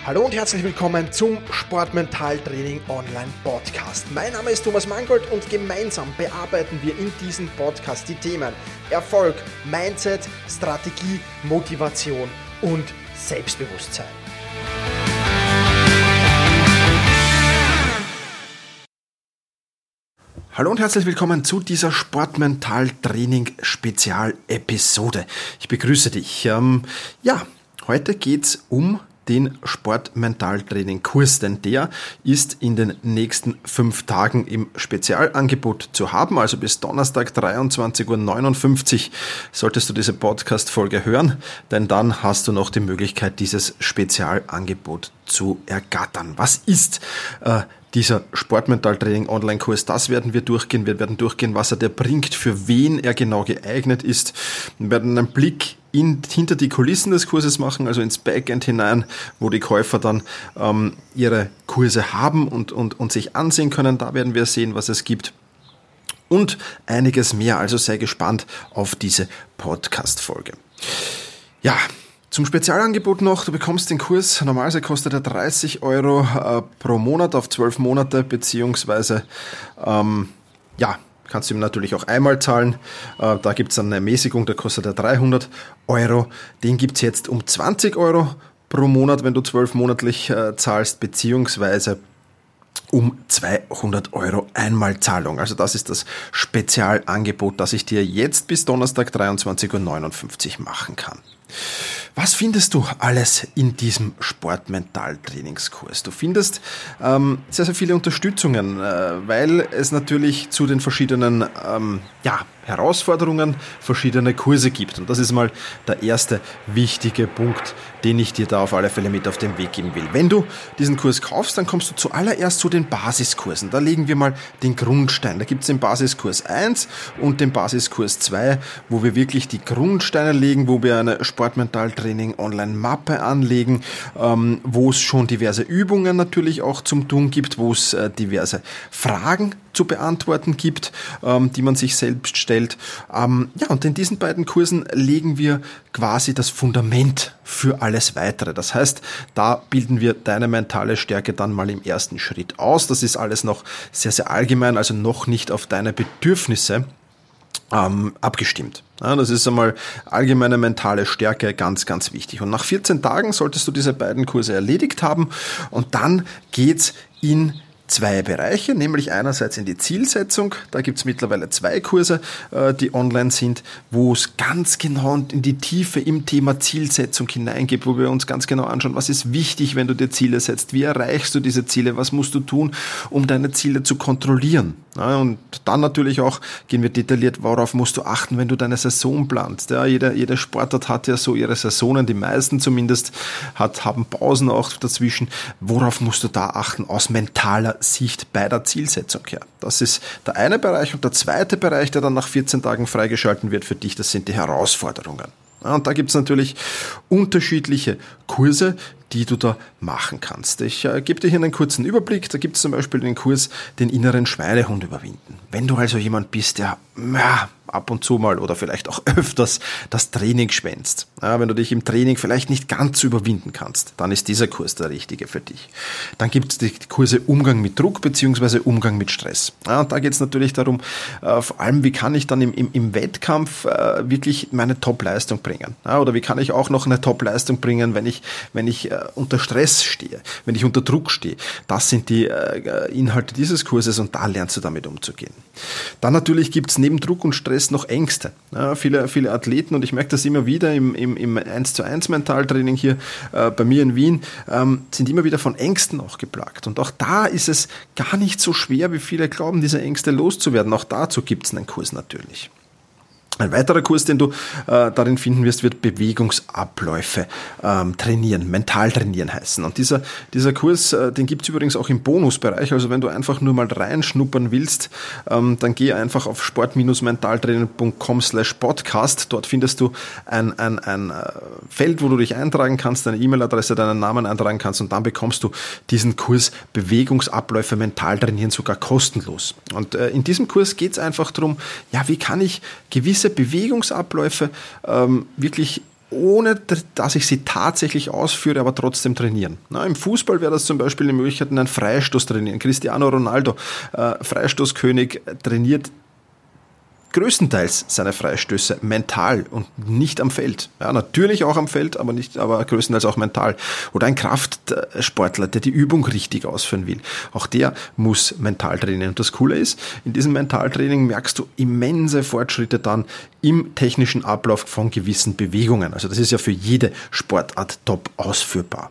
Hallo und herzlich willkommen zum Sportmentaltraining Online Podcast. Mein Name ist Thomas Mangold und gemeinsam bearbeiten wir in diesem Podcast die Themen Erfolg, Mindset, Strategie, Motivation und Selbstbewusstsein. Hallo und herzlich willkommen zu dieser Sportmentaltraining-Spezial-Episode. Ich begrüße dich. Heute geht's um den Sportmentaltraining-Kurs, denn der ist in den nächsten 5 Tagen im Spezialangebot zu haben, also bis Donnerstag 23:59 Uhr solltest du diese Podcast-Folge hören, denn dann hast du noch die Möglichkeit, dieses Spezialangebot zu ergattern. Was ist dieser Sportmentaltraining-Online-Kurs? Das werden wir durchgehen. Wir werden durchgehen, was er dir bringt, für wen er genau geeignet ist. Wir werden einen Blick hinter die Kulissen des Kurses machen, also ins Backend hinein, wo die Käufer dann ihre Kurse haben und sich ansehen können. Da werden wir sehen, was es gibt. Und einiges mehr, also sei gespannt auf diese Podcast-Folge. Ja, zum Spezialangebot noch, du bekommst den Kurs, normalerweise kostet er 30 Euro pro Monat auf 12 Monate, beziehungsweise, kannst du ihm natürlich auch einmal zahlen. Da gibt es eine Ermäßigung, da kostet er 300 Euro. Den gibt es jetzt um 20 Euro pro Monat, wenn du 12 monatlich zahlst, beziehungsweise um 200 Euro Einmalzahlung. Also das ist das Spezialangebot, das ich dir jetzt bis Donnerstag 23:59 Uhr machen kann. Was findest du alles in diesem Sportmentaltrainingskurs? Du findest sehr, sehr viele Unterstützungen, weil es natürlich zu den verschiedenen Herausforderungen verschiedene Kurse gibt. Und das ist mal der erste wichtige Punkt, den ich dir da auf alle Fälle mit auf den Weg geben will. Wenn du diesen Kurs kaufst, dann kommst du zuallererst zu den Basiskursen. Da legen wir mal den Grundstein. Da gibt es den Basiskurs 1 und den Basiskurs 2, wo wir wirklich die Grundsteine legen, wo wir eine Sportmentaltraining-Online-Mappe anlegen, wo es schon diverse Übungen natürlich auch zum Tun gibt, wo es diverse Fragen zu beantworten gibt, die man sich selbst stellt. Und in diesen beiden Kursen legen wir quasi das Fundament für alles Weitere. Das heißt, da bilden wir deine mentale Stärke dann mal im ersten Schritt aus. Das ist alles noch sehr, sehr allgemein, also noch nicht auf deine Bedürfnisse abgestimmt. Ja, das ist einmal allgemeine mentale Stärke, ganz, ganz wichtig. Und nach 14 Tagen solltest du diese beiden Kurse erledigt haben und dann geht's in 2 Bereiche, nämlich einerseits in die Zielsetzung. Da gibt es mittlerweile 2 Kurse, die online sind, wo es ganz genau in die Tiefe im Thema Zielsetzung hineingeht, wo wir uns ganz genau anschauen, was ist wichtig, wenn du dir Ziele setzt, wie erreichst du diese Ziele, was musst du tun, um deine Ziele zu kontrollieren. Ja, und dann natürlich auch gehen wir detailliert, worauf musst du achten, wenn du deine Saison planst. Ja, jede Sportart hat ja so ihre Saisonen, die meisten zumindest haben Pausen auch dazwischen. Worauf musst du da achten aus mentaler Sicht bei der Zielsetzung her? Das ist der eine Bereich. Und der zweite Bereich, der dann nach 14 Tagen freigeschalten wird für dich, das sind die Herausforderungen. Ja, und da gibt es natürlich unterschiedliche Kurse, die du da machen kannst. Ich gebe dir hier einen kurzen Überblick. Da gibt es zum Beispiel den Kurs, den inneren Schweinehund überwinden. Wenn du also jemand bist, der ab und zu mal oder vielleicht auch öfters das Training schwänzt, wenn du dich im Training vielleicht nicht ganz überwinden kannst, dann ist dieser Kurs der richtige für dich. Dann gibt es die Kurse Umgang mit Druck bzw. Umgang mit Stress. Und da geht es natürlich darum, vor allem, wie kann ich dann im Wettkampf wirklich meine Top-Leistung bringen? Oder wie kann ich auch noch eine Top-Leistung bringen, wenn ich unter Stress stehe, wenn ich unter Druck stehe. Das sind die Inhalte dieses Kurses und da lernst du damit umzugehen. Dann natürlich gibt es neben Druck und Stress noch Ängste. Ja, viele Athleten, und ich merke das immer wieder im 1:1 Mentaltraining hier bei mir in Wien, sind immer wieder von Ängsten auch geplagt. Und auch da ist es gar nicht so schwer, wie viele glauben, diese Ängste loszuwerden. Auch dazu gibt es einen Kurs natürlich. Ein weiterer Kurs, den du darin finden wirst, wird Bewegungsabläufe trainieren, mental trainieren heißen. Und dieser Kurs, den gibt's übrigens auch im Bonusbereich. Also wenn du einfach nur mal reinschnuppern willst, dann geh einfach auf sport-mentaltraining.com/podcast. Dort findest du ein Feld, wo du dich eintragen kannst, deine E-Mail-Adresse, deinen Namen eintragen kannst, und dann bekommst du diesen Kurs Bewegungsabläufe mental trainieren sogar kostenlos. Und in diesem Kurs geht's einfach darum, wie kann ich gewisse Bewegungsabläufe wirklich ohne dass ich sie tatsächlich ausführe, aber trotzdem trainieren. Im Fußball wäre das zum Beispiel die Möglichkeit, einen Freistoß trainieren. Cristiano Ronaldo, Freistoßkönig, trainiert größtenteils seine Freistöße mental und nicht am Feld. Ja, natürlich auch am Feld, aber größtenteils auch mental. Oder ein Kraftsportler, der die Übung richtig ausführen will. Auch der muss mental trainieren. Und das Coole ist, in diesem Mentaltraining merkst du immense Fortschritte dann im technischen Ablauf von gewissen Bewegungen. Also das ist ja für jede Sportart top ausführbar.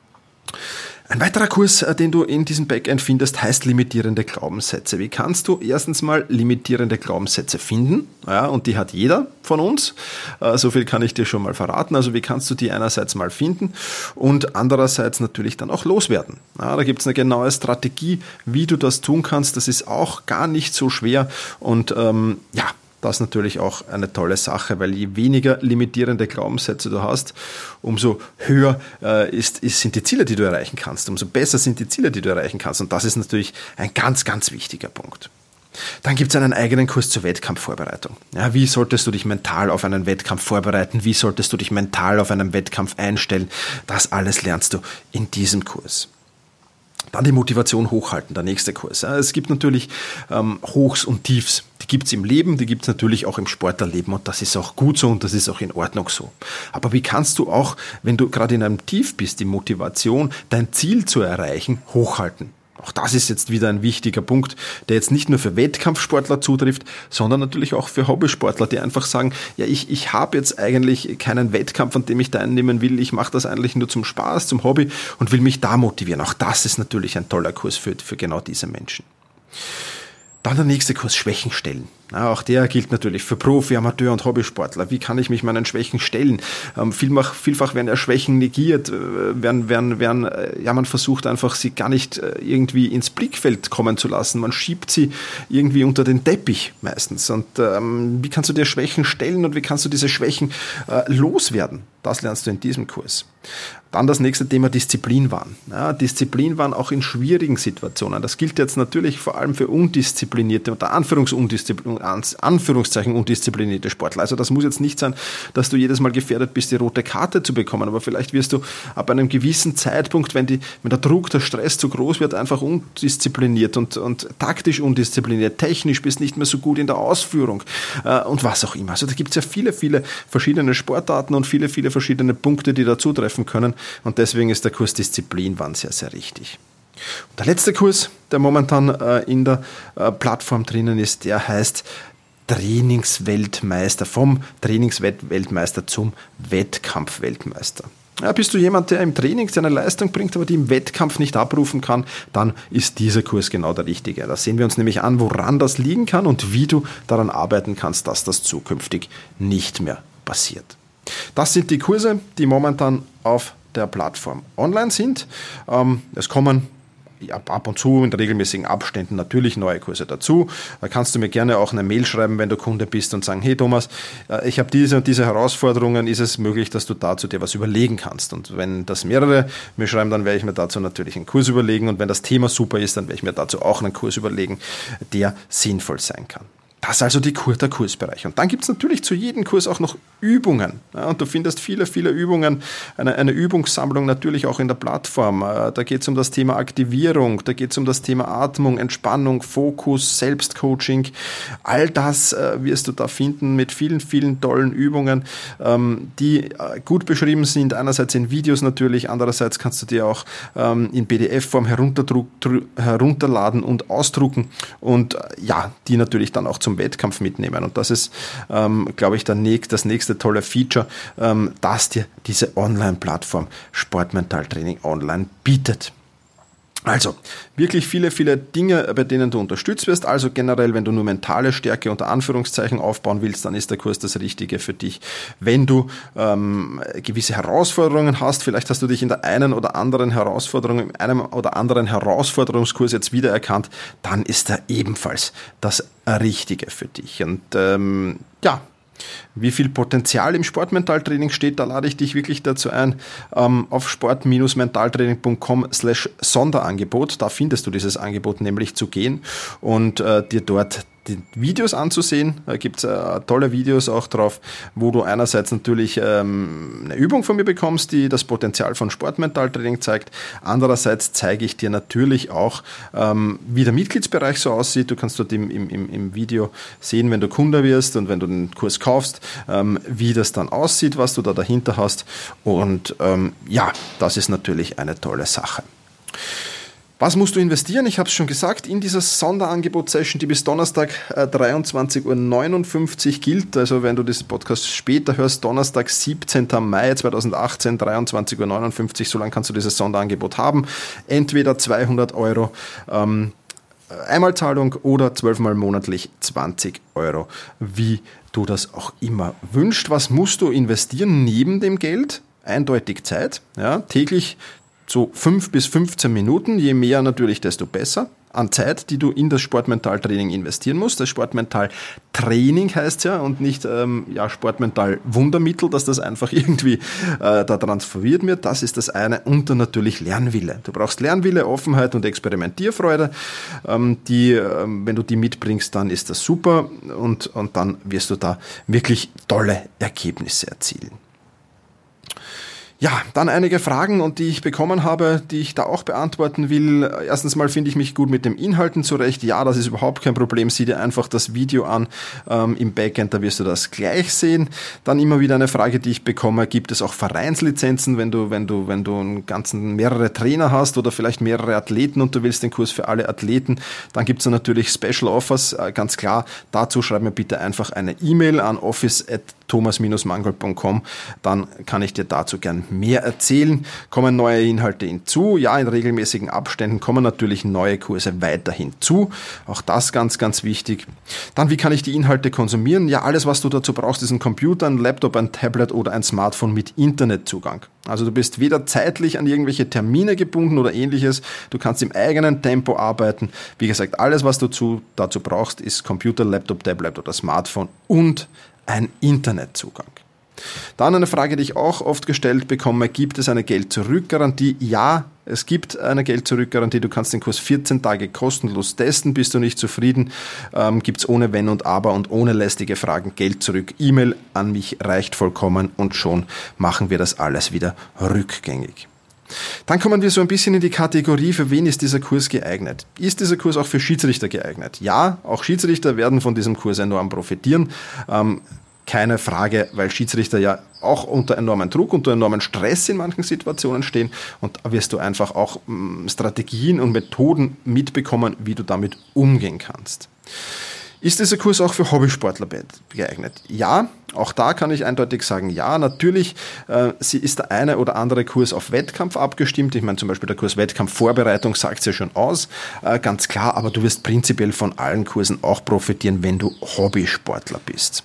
Ein weiterer Kurs, den du in diesem Backend findest, heißt limitierende Glaubenssätze. Wie kannst du erstens mal limitierende Glaubenssätze finden? Ja, und die hat jeder von uns. So viel kann ich dir schon mal verraten. Also wie kannst du die einerseits mal finden und andererseits natürlich dann auch loswerden? Ja, da gibt es eine genaue Strategie, wie du das tun kannst. Das ist auch gar nicht so schwer und das ist natürlich auch eine tolle Sache, weil je weniger limitierende Glaubenssätze du hast, umso höher sind die Ziele, die du erreichen kannst, umso besser sind die Ziele, die du erreichen kannst. Und das ist natürlich ein ganz, ganz wichtiger Punkt. Dann gibt es einen eigenen Kurs zur Wettkampfvorbereitung. Ja, wie solltest du dich mental auf einen Wettkampf vorbereiten? Wie solltest du dich mental auf einen Wettkampf einstellen? Das alles lernst du in diesem Kurs. Dann die Motivation hochhalten, der nächste Kurs. Es gibt natürlich Hochs und Tiefs. Die gibt es im Leben, die gibt es natürlich auch im Sportlerleben und das ist auch gut so und das ist auch in Ordnung so. Aber wie kannst du auch, wenn du gerade in einem Tief bist, die Motivation, dein Ziel zu erreichen, hochhalten? Auch das ist jetzt wieder ein wichtiger Punkt, der jetzt nicht nur für Wettkampfsportler zutrifft, sondern natürlich auch für Hobbysportler, die einfach sagen, ja, ich habe jetzt eigentlich keinen Wettkampf, an dem ich teilnehmen will, ich mache das eigentlich nur zum Spaß, zum Hobby und will mich da motivieren. Auch das ist natürlich ein toller Kurs für genau diese Menschen. Dann der nächste Kurs, Schwächen stellen. Ja, auch der gilt natürlich für Profi, Amateur und Hobbysportler. Wie kann ich mich meinen Schwächen stellen? Vielfach werden ja Schwächen negiert, man versucht einfach, sie gar nicht irgendwie ins Blickfeld kommen zu lassen. Man schiebt sie irgendwie unter den Teppich meistens. Und wie kannst du dir Schwächen stellen und wie kannst du diese Schwächen loswerden? Das lernst du in diesem Kurs. Dann das nächste Thema Disziplinwahn. Ja, Disziplinwahn auch in schwierigen Situationen. Das gilt jetzt natürlich vor allem für undisziplinierte, unter Anführungszeichen undisziplinierte Sportler. Also das muss jetzt nicht sein, dass du jedes Mal gefährdet bist, die rote Karte zu bekommen, aber vielleicht wirst du ab einem gewissen Zeitpunkt, wenn der Druck, der Stress zu groß wird, einfach undiszipliniert und taktisch undiszipliniert, technisch bist nicht mehr so gut in der Ausführung und was auch immer. Also da gibt es ja viele, viele verschiedene Sportarten und viele, viele verschiedene Punkte, die da zutreffen können. Und deswegen ist der Kurs Disziplinwahn sehr, sehr richtig. Und der letzte Kurs, der momentan in der Plattform drinnen ist, der heißt Trainingsweltmeister, vom Trainingsweltmeister zum Wettkampfweltmeister. Ja, bist du jemand, der im Training seine Leistung bringt, aber die im Wettkampf nicht abrufen kann, dann ist dieser Kurs genau der richtige. Da sehen wir uns nämlich an, woran das liegen kann und wie du daran arbeiten kannst, dass das zukünftig nicht mehr passiert. Das sind die Kurse, die momentan auf der Plattform online sind. Es kommen ab und zu in regelmäßigen Abständen natürlich neue Kurse dazu. Da kannst du mir gerne auch eine Mail schreiben, wenn du Kunde bist und sagen, hey Thomas, ich habe diese und diese Herausforderungen, ist es möglich, dass du dazu dir was überlegen kannst? Und wenn das mehrere mir schreiben, dann werde ich mir dazu natürlich einen Kurs überlegen und wenn das Thema super ist, dann werde ich mir dazu auch einen Kurs überlegen, der sinnvoll sein kann. Das ist also der Kursbereich. Und dann gibt es natürlich zu jedem Kurs auch noch Übungen. Ja, und du findest viele, viele Übungen, eine Übungssammlung natürlich auch in der Plattform. Da geht es um das Thema Aktivierung, da geht es um das Thema Atmung, Entspannung, Fokus, Selbstcoaching. All das wirst du da finden mit vielen, vielen tollen Übungen, die gut beschrieben sind. Einerseits in Videos natürlich, andererseits kannst du dir auch in PDF-Form herunterladen und ausdrucken und die natürlich dann auch zum Wettkampf mitnehmen. Und das ist, glaube ich, das nächste tolle Feature, das dir diese Online-Plattform Sportmentaltraining Online bietet. Also, wirklich viele, viele Dinge, bei denen du unterstützt wirst. Also generell, wenn du nur mentale Stärke unter Anführungszeichen aufbauen willst, dann ist der Kurs das Richtige für dich. Wenn du gewisse Herausforderungen hast, vielleicht hast du dich in der einen oder anderen Herausforderung, in einem oder anderen Herausforderungskurs jetzt wiedererkannt, dann ist er ebenfalls das Richtige für dich. Und wie viel Potenzial im Sportmentaltraining steht, da lade ich dich wirklich dazu ein, auf sport-mentaltraining.com/Sonderangebot, da findest du dieses Angebot nämlich zu gehen und dir dort die Videos anzusehen. Da gibt es tolle Videos auch drauf, wo du einerseits natürlich eine Übung von mir bekommst, die das Potenzial von Sportmentaltraining zeigt. Andererseits zeige ich dir natürlich auch, wie der Mitgliedsbereich so aussieht. Du kannst dort im Video sehen, wenn du Kunde wirst und wenn du den Kurs kaufst, wie das dann aussieht, was du da dahinter hast. Und ja, das ist natürlich eine tolle Sache. Was musst du investieren? Ich habe es schon gesagt, in dieser Sonderangebot-Session, die bis Donnerstag 23.59 Uhr gilt. Also wenn du das Podcast später hörst, Donnerstag, 17. Mai 2018, 23.59 Uhr, so lange kannst du dieses Sonderangebot haben. Entweder 200 Euro Einmalzahlung oder 12 Mal monatlich 20 Euro, wie du das auch immer wünschst. Was musst du investieren neben dem Geld? Eindeutig Zeit, ja, täglich so 5 bis 15 Minuten, je mehr natürlich, desto besser, an Zeit, die du in das Sportmentaltraining investieren musst. Das Sportmentaltraining heißt ja und nicht Sportmental-Wundermittel, dass das einfach irgendwie da transferiert wird. Das ist das eine. Und dann natürlich Lernwille. Du brauchst Lernwille, Offenheit und Experimentierfreude. Wenn du die mitbringst, dann ist das super und dann wirst du da wirklich tolle Ergebnisse erzielen. Ja, dann einige Fragen, und die ich bekommen habe, die ich da auch beantworten will. Erstens mal finde ich mich gut mit dem Inhalten zurecht. Ja, das ist überhaupt kein Problem. Sieh dir einfach das Video an im Backend, da wirst du das gleich sehen. Dann immer wieder eine Frage, die ich bekomme: Gibt es auch Vereinslizenzen, wenn du einen ganzen mehrere Trainer hast oder vielleicht mehrere Athleten und du willst den Kurs für alle Athleten? Dann gibt es natürlich Special Offers, ganz klar. Dazu schreib mir bitte einfach eine E-Mail an office@thomas-mangold.com. Dann kann ich dir dazu gern mehr erzählen. Kommen neue Inhalte hinzu. Ja, in regelmäßigen Abständen kommen natürlich neue Kurse weiter hinzu. Auch das ganz, ganz wichtig. Dann, wie kann ich die Inhalte konsumieren? Ja, alles, was du dazu brauchst, ist ein Computer, ein Laptop, ein Tablet oder ein Smartphone mit Internetzugang. Also du bist weder zeitlich an irgendwelche Termine gebunden oder ähnliches. Du kannst im eigenen Tempo arbeiten. Wie gesagt, alles, was du dazu brauchst, ist Computer, Laptop, Tablet oder Smartphone und ein Internetzugang. Dann eine Frage, die ich auch oft gestellt bekomme: Gibt es eine Geld-Zurück-Garantie? Ja, es gibt eine Geld-Zurück-Garantie. Du kannst den Kurs 14 Tage kostenlos testen. Bist du nicht zufrieden, gibt's ohne Wenn und Aber und ohne lästige Fragen Geld zurück. E-Mail an mich reicht vollkommen und schon machen wir das alles wieder rückgängig. Dann kommen wir so ein bisschen in die Kategorie: Für wen ist dieser Kurs geeignet? Ist dieser Kurs auch für Schiedsrichter geeignet? Ja, auch Schiedsrichter werden von diesem Kurs enorm profitieren. Keine Frage, weil Schiedsrichter ja auch unter enormen Druck, unter enormen Stress in manchen Situationen stehen, und da wirst du einfach auch Strategien und Methoden mitbekommen, wie du damit umgehen kannst. Ist dieser Kurs auch für Hobbysportler geeignet? Ja, auch da kann ich eindeutig sagen, ja, natürlich ist der eine oder andere Kurs auf Wettkampf abgestimmt. Ich meine, zum Beispiel der Kurs Wettkampfvorbereitung sagt es ja schon aus, ganz klar, aber du wirst prinzipiell von allen Kursen auch profitieren, wenn du Hobbysportler bist.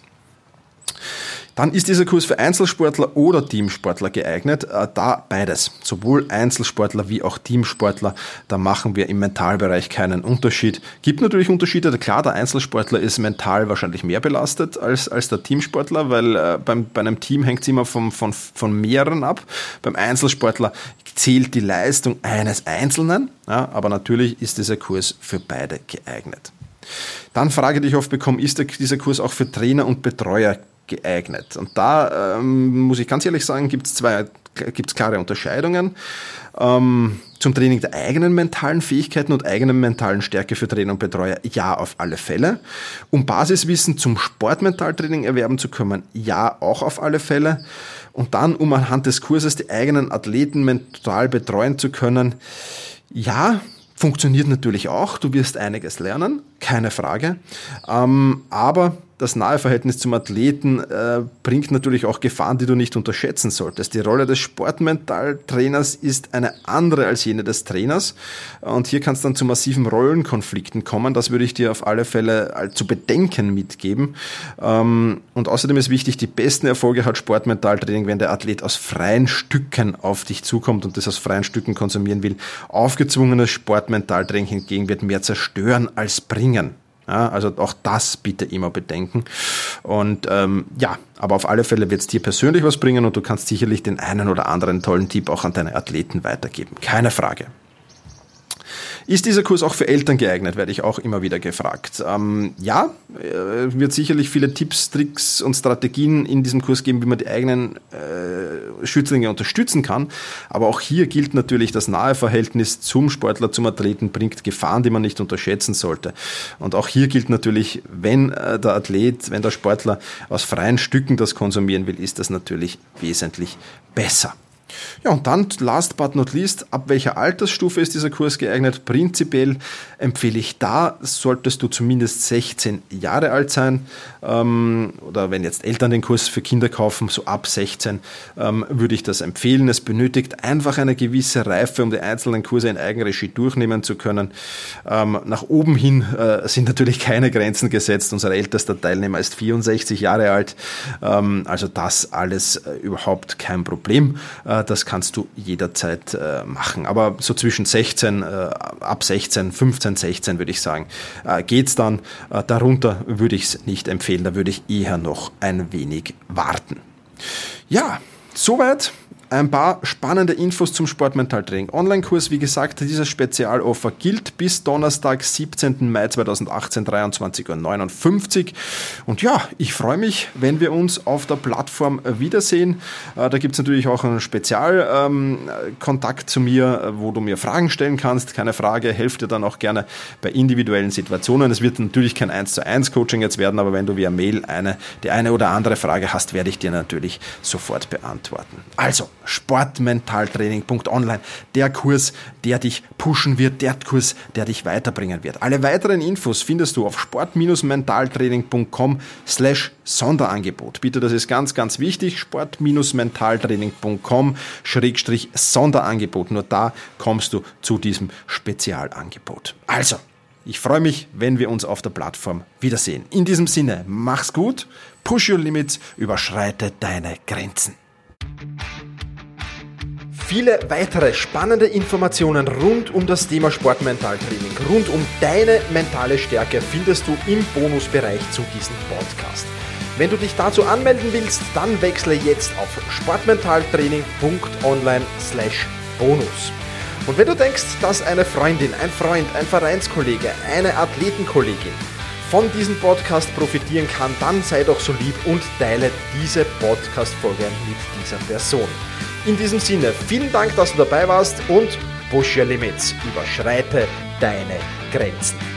Dann ist dieser Kurs für Einzelsportler oder Teamsportler geeignet. Da beides, sowohl Einzelsportler wie auch Teamsportler. Da machen wir im Mentalbereich keinen Unterschied. Gibt natürlich Unterschiede. Klar, der Einzelsportler ist mental wahrscheinlich mehr belastet als der Teamsportler, weil bei einem Team hängt es immer von mehreren ab. Beim Einzelsportler zählt die Leistung eines Einzelnen. Ja, aber natürlich ist dieser Kurs für beide geeignet. Dann Frage, die ich oft bekomme: Ist dieser Kurs auch für Trainer und Betreuer geeignet? Und da muss ich ganz ehrlich sagen, gibt's klare Unterscheidungen. Zum Training der eigenen mentalen Fähigkeiten und eigenen mentalen Stärke für Trainer und Betreuer, ja, auf alle Fälle. Um Basiswissen zum Sportmentaltraining erwerben zu können, ja, auch auf alle Fälle. Und dann, um anhand des Kurses die eigenen Athleten mental betreuen zu können, ja, funktioniert natürlich auch. Du wirst einiges lernen, keine Frage. Aber das nahe Verhältnis zum Athleten bringt natürlich auch Gefahren, die du nicht unterschätzen solltest. Die Rolle des Sportmentaltrainers ist eine andere als jene des Trainers. Und hier kann es dann zu massiven Rollenkonflikten kommen. Das würde ich dir auf alle Fälle zu bedenken mitgeben. Und außerdem ist wichtig: Die besten Erfolge hat Sportmentaltraining, wenn der Athlet aus freien Stücken auf dich zukommt und das aus freien Stücken konsumieren will. Aufgezwungenes Sportmentaltraining hingegen wird mehr zerstören als bringen. Ja, also auch das bitte immer bedenken. Und aber auf alle Fälle wird es dir persönlich was bringen, und du kannst sicherlich den einen oder anderen tollen Tipp auch an deine Athleten weitergeben. Keine Frage. Ist dieser Kurs auch für Eltern geeignet, werde ich auch immer wieder gefragt. Ja, wird sicherlich viele Tipps, Tricks und Strategien in diesem Kurs geben, wie man die eigenen Schützlinge unterstützen kann. Aber auch hier gilt natürlich, das nahe Verhältnis zum Sportler, zum Athleten bringt Gefahren, die man nicht unterschätzen sollte. Und auch hier gilt natürlich, wenn der Athlet, wenn der Sportler aus freien Stücken das konsumieren will, ist das natürlich wesentlich besser. Ja, und dann, last but not least, ab welcher Altersstufe ist dieser Kurs geeignet? Prinzipiell empfehle ich da, solltest du zumindest 16 Jahre alt sein, oder wenn jetzt Eltern den Kurs für Kinder kaufen, so ab 16, würde ich das empfehlen. Es benötigt einfach eine gewisse Reife, um die einzelnen Kurse in Eigenregie durchnehmen zu können. Nach oben hin sind natürlich keine Grenzen gesetzt. Unser ältester Teilnehmer ist 64 Jahre alt, also das alles überhaupt kein Problem. Das kannst du jederzeit machen. Aber so zwischen 16, ab 16, 15, 16 würde ich sagen, geht's dann. Darunter würde ich es nicht empfehlen. Da würde ich eher noch ein wenig warten. Ja, soweit. Ein paar spannende Infos zum Sportmentaltraining Online-Kurs. Wie gesagt, dieser Spezialoffer gilt bis Donnerstag, 17. Mai 2018, 23:59 Uhr. Und ja, ich freue mich, wenn wir uns auf der Plattform wiedersehen. Da gibt es natürlich auch einen Spezialkontakt zu mir, wo du mir Fragen stellen kannst. Keine Frage, helfe dir dann auch gerne bei individuellen Situationen. Es wird natürlich kein 1:1 Coaching jetzt werden, aber wenn du via Mail die eine oder andere Frage hast, werde ich dir natürlich sofort beantworten. Also, Sportmentaltraining.online, der Kurs, der dich pushen wird, der Kurs, der dich weiterbringen wird. Alle weiteren Infos findest du auf sport-mentaltraining.com/Sonderangebot. Bitte, das ist ganz, ganz wichtig, sport-mentaltraining.com/Sonderangebot. Nur da kommst du zu diesem Spezialangebot. Also, ich freue mich, wenn wir uns auf der Plattform wiedersehen. In diesem Sinne, mach's gut, push your limits, überschreite deine Grenzen. Viele weitere spannende Informationen rund um das Thema Sportmentaltraining, rund um deine mentale Stärke findest du im Bonusbereich zu diesem Podcast. Wenn du dich dazu anmelden willst, dann wechsle jetzt auf sportmentaltraining.online/bonus. Und wenn du denkst, dass eine Freundin, ein Freund, ein Vereinskollege, eine Athletenkollegin von diesem Podcast profitieren kann, dann sei doch so lieb und teile diese Podcast-Folge mit dieser Person. In diesem Sinne, vielen Dank, dass du dabei warst und push your limits, überschreite deine Grenzen.